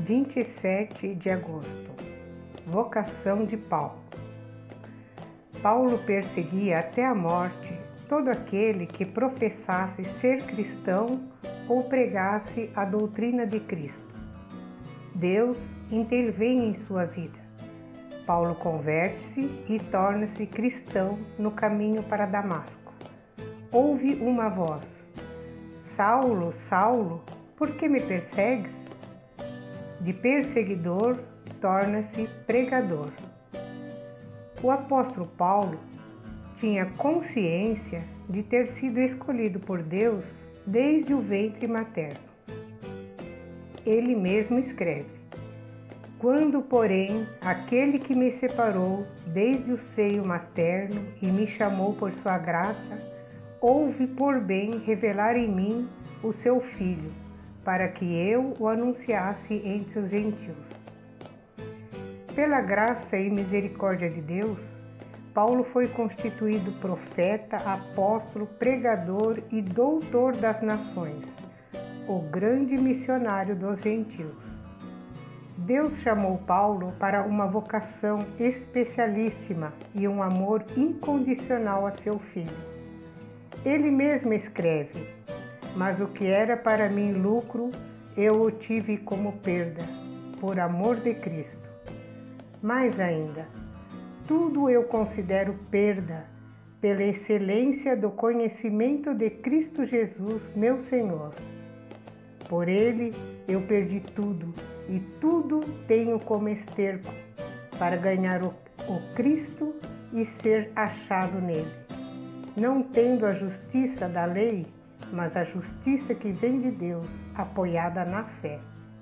27 de agosto. Vocação de Paulo. Paulo perseguia até a morte todo aquele que professasse ser cristão ou pregasse a doutrina de Cristo. Deus intervém em sua vida. Paulo converte-se e torna-se cristão no caminho para Damasco. Ouve uma voz: Saulo, Saulo, por que me persegues? De perseguidor torna-se pregador. O apóstolo Paulo tinha consciência de ter sido escolhido por Deus desde o ventre materno. Ele mesmo escreve: Quando, porém, aquele que me separou desde o seio materno e me chamou por sua graça, houve por bem revelar em mim o seu Filho, para que eu o anunciasse entre os gentios. Pela graça e misericórdia de Deus, Paulo foi constituído profeta, apóstolo, pregador e doutor das nações, o grande missionário dos gentios. Deus chamou Paulo para uma vocação especialíssima e um amor incondicional a seu Filho. Ele mesmo escreve: Mas o que era para mim lucro, eu o tive como perda, por amor de Cristo. Mais ainda, tudo eu considero perda, pela excelência do conhecimento de Cristo Jesus, meu Senhor. Por ele eu perdi tudo, e tudo tenho como esterco, para ganhar o Cristo e ser achado nele, não tendo a justiça da lei, mas a justiça que vem de Deus, apoiada na fé.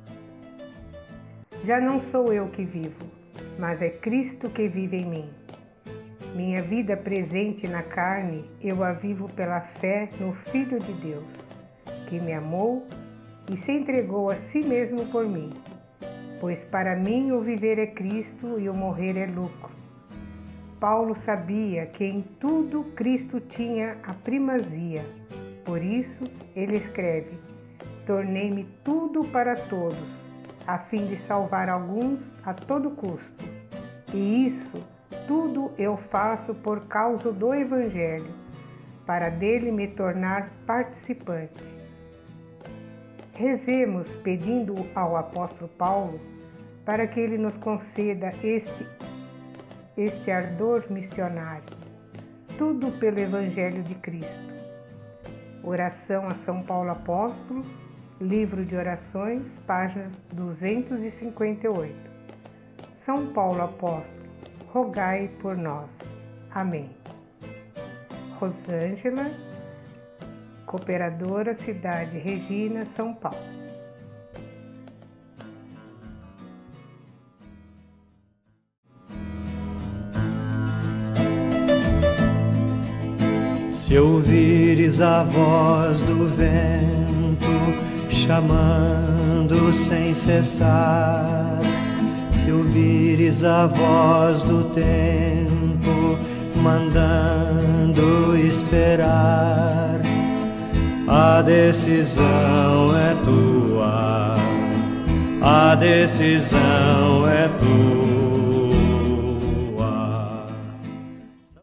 Já não sou eu que vivo, mas é Cristo que vive em mim. Minha vida presente na carne, eu a vivo pela fé no Filho de Deus, que me amou e se entregou a si mesmo por mim. Pois para mim o viver é Cristo e o morrer é lucro. Paulo sabia que em tudo Cristo tinha a primazia. Por isso, ele escreve: Tornei-me tudo para todos, a fim de salvar alguns a todo custo. E isso tudo eu faço por causa do Evangelho, para dele me tornar participante. Rezemos pedindo ao apóstolo Paulo para que ele nos conceda este ardor missionário, tudo pelo Evangelho de Cristo. Oração a São Paulo Apóstolo, Livro de Orações, página 258. São Paulo Apóstolo, rogai por nós. Amém. Rosângela, Cooperadora, Cidade Regina, São Paulo. Se ouvires a voz do vento chamando sem cessar, se ouvires a voz do tempo mandando esperar, a decisão é tua, a decisão é tua.